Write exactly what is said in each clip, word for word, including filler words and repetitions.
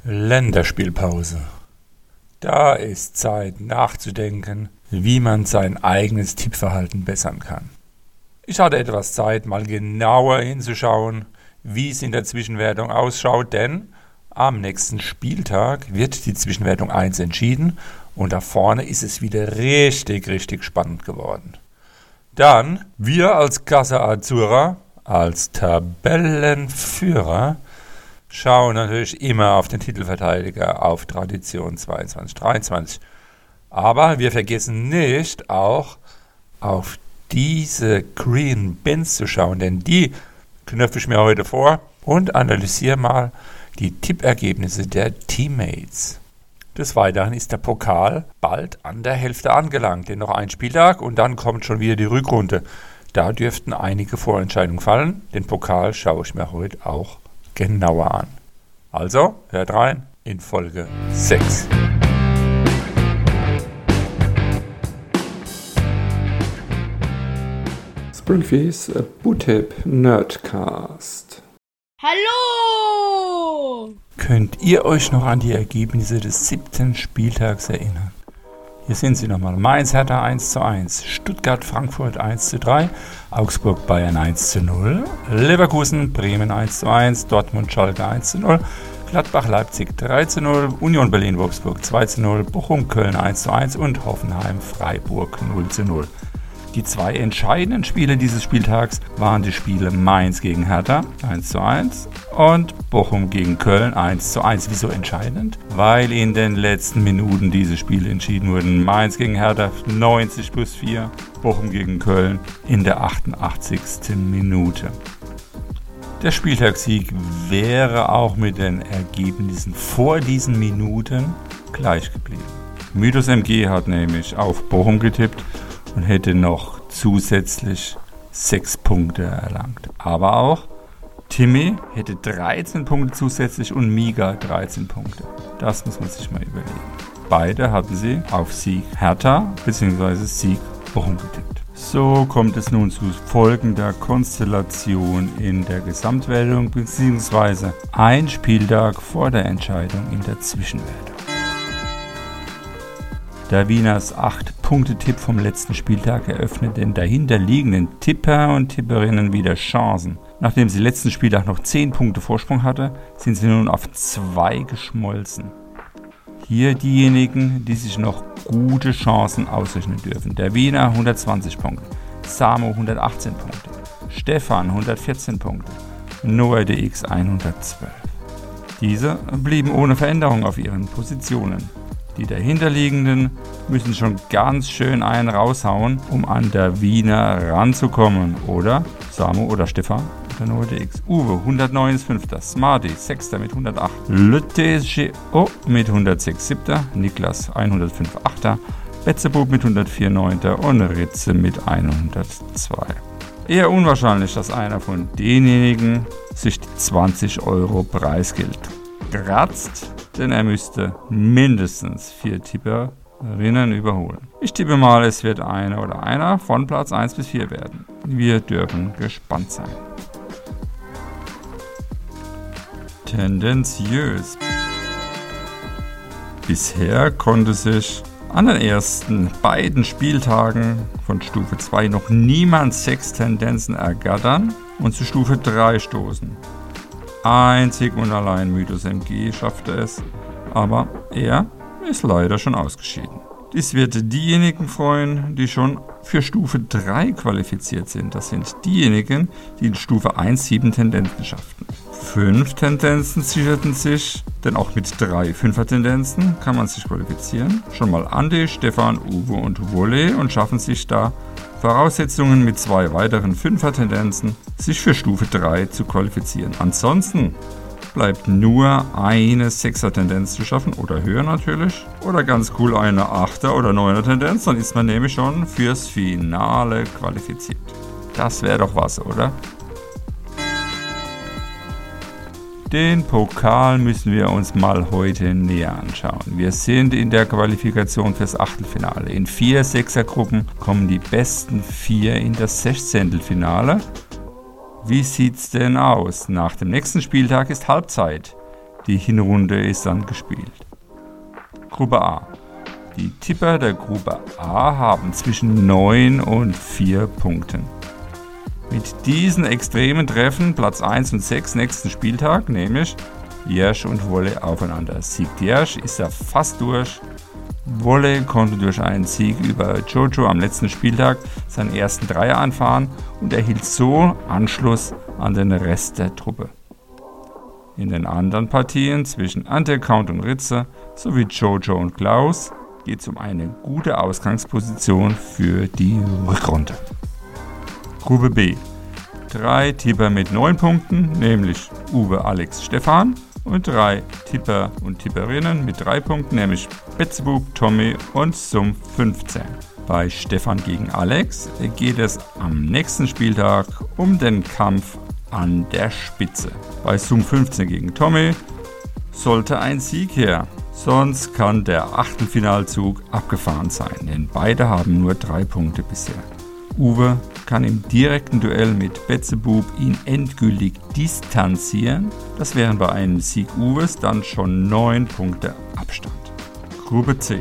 Länderspielpause. Da ist Zeit nachzudenken, wie man sein eigenes Tippverhalten bessern kann. Ich hatte etwas Zeit, mal genauer hinzuschauen, wie es in der Zwischenwertung ausschaut, denn am nächsten Spieltag wird die Zwischenwertung eins entschieden und da vorne ist es wieder richtig, richtig spannend geworden. Dann, wir als Casa Azzurra, als Tabellenführer, schauen natürlich immer auf den Titelverteidiger, auf Tradition zweiundzwanzig dreiundzwanzig. Aber wir vergessen nicht auch auf diese Green Bins zu schauen, denn die knöpfe ich mir heute vor und analysiere mal die Tippergebnisse der Teammates. Des Weiteren ist der Pokal bald an der Hälfte angelangt, denn noch ein Spieltag und dann kommt schon wieder die Rückrunde. Da dürften einige Vorentscheidungen fallen. Den Pokal schaue ich mir heute auch genauer an. Also, hört rein in Folge sechs. Springfields Bootip Nerdcast. Hallo! Könnt ihr euch noch an die Ergebnisse des siebten Spieltags erinnern? Hier sind sie nochmal. Mainz Hertha eins zu eins, Stuttgart Frankfurt eins zu drei, Augsburg Bayern eins zu null, Leverkusen Bremen eins zu eins, Dortmund Schalke eins zu null, Gladbach Leipzig drei zu null, Union Berlin Wolfsburg zwei zu null, Bochum Köln eins zu eins und Hoffenheim Freiburg null zu null. Die zwei entscheidenden Spiele dieses Spieltags waren die Spiele Mainz gegen Hertha eins zu eins und Bochum gegen Köln eins zu eins. Wieso entscheidend? Weil in den letzten Minuten diese Spiele entschieden wurden. Mainz gegen Hertha neunzig plus vier, Bochum gegen Köln in der achtundachtzigsten Minute. Der Spieltagssieg wäre auch mit den Ergebnissen vor diesen Minuten gleich geblieben. Mythos M G hat nämlich auf Bochum getippt und hätte noch zusätzlich sechs Punkte erlangt. Aber auch Timmy hätte dreizehn Punkte zusätzlich und Miga dreizehn Punkte. Das muss man sich mal überlegen. Beide hatten sie auf Sieg Hertha bzw. Sieg Bochum getippt. So kommt es nun zu folgender Konstellation in der Gesamtwertung bzw. ein Spieltag vor der Entscheidung in der Zwischenwertung. Der Wieners acht Punkte Tipp vom letzten Spieltag eröffnet den dahinterliegenden Tipper und Tipperinnen wieder Chancen. Nachdem sie letzten Spieltag noch zehn Punkte Vorsprung hatte, sind sie nun auf zwei geschmolzen. Hier diejenigen, die sich noch gute Chancen ausrechnen dürfen. Der Wiener hundertzwanzig Punkte, Samo hundertachtzehn Punkte, Stefan hundertvierzehn Punkte, Noah D X hundertzwölf. Diese blieben ohne Veränderung auf ihren Positionen. Die dahinterliegenden müssen schon ganz schön einen raushauen, um an der Wiener ranzukommen. Oder Samo oder Stefan oder Noah D X. Uwe hundertneun ist Fünfter, Smarty sechster mit hundertacht, Le T S G O mit hundertsechs Siebter, Niklas hundertfünf Achter, Betzebub mit hundertvier Neunter und Ritze mit hundertzwei. Eher unwahrscheinlich, dass einer von denjenigen sich die zwanzig Euro Preisgeld kratzt, denn er müsste mindestens vier Tipperinnen überholen. Ich tippe mal, es wird einer oder einer von Platz eins bis vier werden. Wir dürfen gespannt sein. Tendenziös. Bisher konnte sich an den ersten beiden Spieltagen von Stufe zwei noch niemand sechs Tendenzen ergattern und zu Stufe drei stoßen. Einzig und allein Mythos M G schaffte es, aber er ist leider schon ausgeschieden. Dies wird diejenigen freuen, die schon für Stufe drei qualifiziert sind. Das sind diejenigen, die in Stufe eins sieben Tendenzen schafften. Fünf Tendenzen sicherten sich, denn auch mit drei Fünfer-Tendenzen kann man sich qualifizieren. Schon mal Andi, Stefan, Uwe und Wolle und schaffen sich da Voraussetzungen mit zwei weiteren Fünfer-Tendenzen, sich für Stufe drei zu qualifizieren. Ansonsten bleibt nur eine Sechser-Tendenz zu schaffen oder höher natürlich. Oder ganz cool eine Achter- oder Neuner-Tendenz, dann ist man nämlich schon fürs Finale qualifiziert. Das wäre doch was, oder? Den Pokal müssen wir uns mal heute näher anschauen. Wir sind in der Qualifikation fürs Achtelfinale. In vier Sechsergruppen kommen die besten vier in das Sechzehntelfinale. Wie sieht's denn aus? Nach dem nächsten Spieltag ist Halbzeit. Die Hinrunde ist dann gespielt. Gruppe A. Die Tipper der Gruppe A haben zwischen neun und vier Punkten. Mit diesen extremen Treffen Platz eins und sechs nächsten Spieltag, nämlich Jersch und Wolle aufeinander. Siegt Jersch, ist er fast durch. Wolle konnte durch einen Sieg über Jojo am letzten Spieltag seinen ersten Dreier anfahren und erhielt so Anschluss an den Rest der Truppe. In den anderen Partien zwischen Undercount und Ritze sowie Jojo und Klaus geht es um eine gute Ausgangsposition für die Rückrunde. Gruppe B. Drei Tipper mit neun Punkten, nämlich Uwe, Alex, Stefan, und drei Tipper und Tipperinnen mit drei Punkten, nämlich Betzebub, Tommy und Sum fünfzehn. Bei Stefan gegen Alex geht es am nächsten Spieltag um den Kampf an der Spitze. Bei Sum fünfzehn gegen Tommy sollte ein Sieg her, sonst kann der Achtelfinalzug abgefahren sein, denn beide haben nur drei Punkte bisher. Uwe kann im direkten Duell mit Betzebub ihn endgültig distanzieren. Das wären bei einem Sieg Uwes dann schon neun Punkte Abstand. Gruppe C.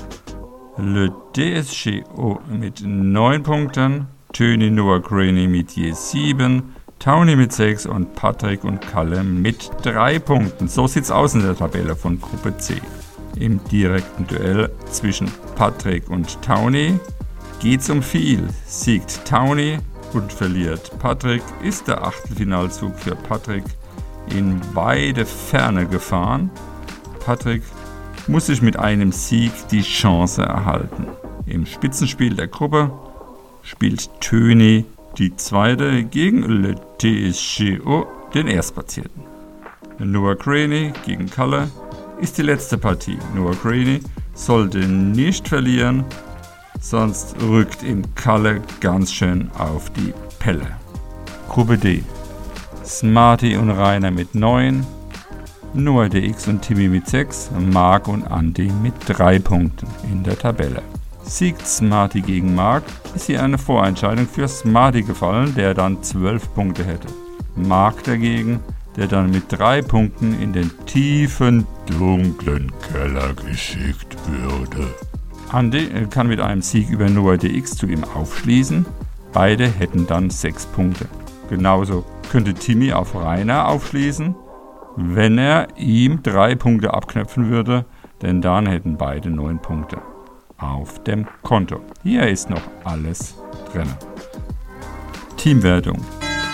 Le D S G O mit neun Punkten, Töni Noah Graney mit je sieben, Towny mit sechs und Patrick und Kalle mit drei Punkten. So sieht's aus in der Tabelle von Gruppe C. Im direkten Duell zwischen Patrick und Towny geht's um viel. Siegt Towny und verliert Patrick, ist der Achtelfinalzug für Patrick in weite Ferne gefahren. Patrick muss sich mit einem Sieg die Chance erhalten. Im Spitzenspiel der Gruppe spielt Töni die zweite gegen Le T S G O, den Erstplatzierten. Noah Graney gegen Kalle ist die letzte Partie. Noah Graney sollte nicht verlieren, sonst rückt ihm Kalle ganz schön auf die Pelle. Gruppe D. Smarty und Rainer mit neun, Noah D X und Timmy mit sechs, Marc und Andi mit drei Punkten in der Tabelle. Siegt Smarty gegen Marc, ist hier eine Vorentscheidung für Smarty gefallen, der dann zwölf Punkte hätte. Marc dagegen, der dann mit drei Punkten in den tiefen, dunklen Keller geschickt würde. Andi kann mit einem Sieg über Noah D X zu ihm aufschließen. Beide hätten dann sechs Punkte. Genauso könnte Timmy auf Rainer aufschließen, wenn er ihm drei Punkte abknöpfen würde, denn dann hätten beide neun Punkte auf dem Konto. Hier ist noch alles drin. Teamwertung.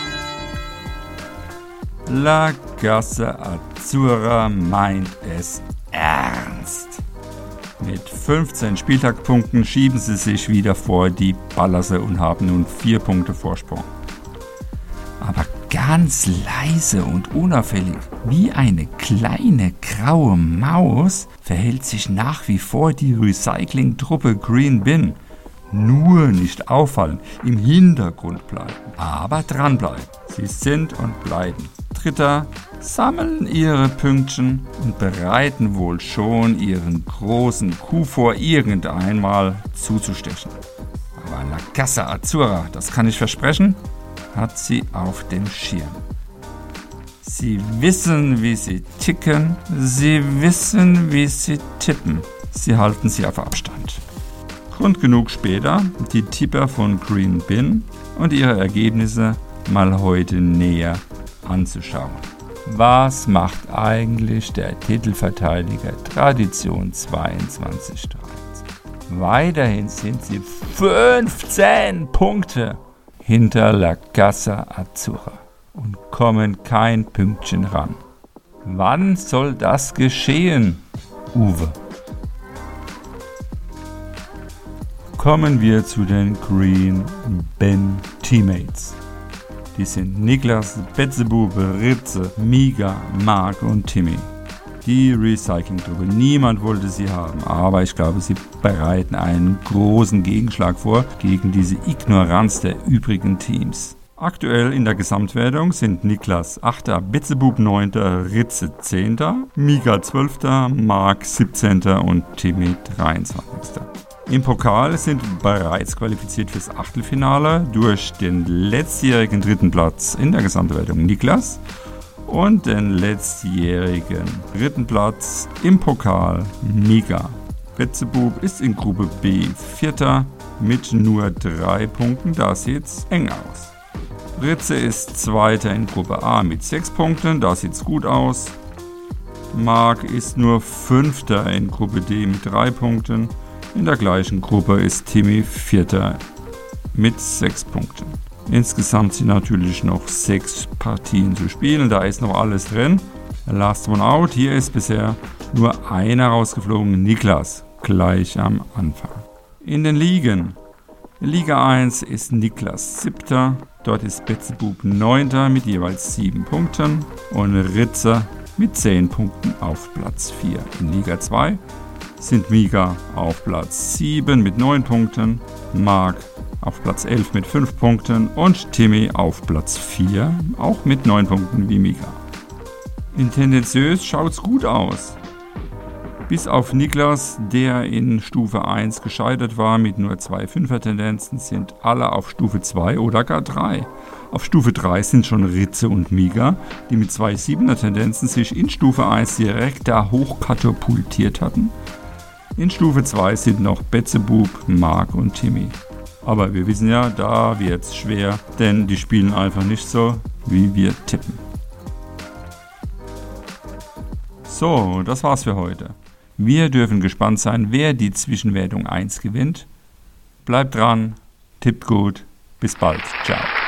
La Gasse Azzurra meint es ernst. Mit fünfzehn Spieltagspunkten schieben sie sich wieder vor die Ballasse und haben nun vier Punkte Vorsprung. Aber ganz leise und unauffällig, wie eine kleine graue Maus, verhält sich nach wie vor die Recycling-Truppe Green Bin. Nur nicht auffallen, im Hintergrund bleiben, aber dranbleiben. Sie sind und bleiben Dritter, sammeln ihre Pünktchen und bereiten wohl schon ihren großen Coup vor, irgendeinmal zuzustechen. Aber La Gasse Azzurra, das kann ich versprechen, hat sie auf dem Schirm. Sie wissen, wie sie ticken, sie wissen, wie sie tippen. Sie halten sie auf Abstand. Grund genug später, die Tipper von Green Bin und ihre Ergebnisse mal heute näher anzuschauen. Was macht eigentlich der Titelverteidiger Tradition zweiundzwanzig dreizehn? Weiterhin sind sie fünfzehn Punkte hinter La Gasse Azzurra und kommen kein Pünktchen ran. Wann soll das geschehen, Uwe? Kommen wir zu den Green Bin Teammates. Die sind Niklas, Betzebub, Ritze, Miga, Marc und Timmy. Die Recycling-Truppe. Niemand wollte sie haben, aber ich glaube, sie bereiten einen großen Gegenschlag vor gegen diese Ignoranz der übrigen Teams. Aktuell in der Gesamtwertung sind Niklas achter, Betzebub neunter, Ritze zehnter, Miga zwölfter, Marc siebzehnter und Timmy dreiundzwanzigster Im Pokal sind bereits qualifiziert fürs Achtelfinale durch den letztjährigen dritten Platz in der Gesamtwertung Niklas und den letztjährigen dritten Platz im Pokal Miga. Betzebub ist in Gruppe B Vierter mit nur drei Punkten, da sieht's eng aus. Ritze ist Zweiter in Gruppe A mit sechs Punkten, da sieht's gut aus. Mark ist nur Fünfter in Gruppe D mit drei Punkten. In der gleichen Gruppe ist Timmy Vierter mit sechs Punkten. Insgesamt sind natürlich noch sechs Partien zu spielen, da ist noch alles drin. Last one out, hier ist bisher nur einer rausgeflogen, Niklas, gleich am Anfang. In den Ligen. In Liga eins ist Niklas Siebter, dort ist Betzebub Neunter mit jeweils sieben Punkten und Ritze mit zehn Punkten auf Platz vier. In Liga zwei sind Miga auf Platz sieben mit neun Punkten, Mark auf Platz elf mit fünf Punkten und Timmy auf Platz vier, auch mit neun Punkten wie Miga. In tendenziös schaut's gut aus. Bis auf Niklas, der in Stufe eins gescheitert war mit nur zwei Fünfer-Tendenzen, sind alle auf Stufe zwei oder gar drei. Auf Stufe drei sind schon Ritze und Miga, die mit zwei Siebener-Tendenzen sich in Stufe eins direkt da hochkatapultiert hatten. In Stufe zwei sind noch Betzebub, Mark und Timmy. Aber wir wissen ja, da wird's schwer, denn die spielen einfach nicht so, wie wir tippen. So, das war's für heute. Wir dürfen gespannt sein, wer die Zwischenwertung eins gewinnt. Bleibt dran, tippt gut, bis bald, ciao.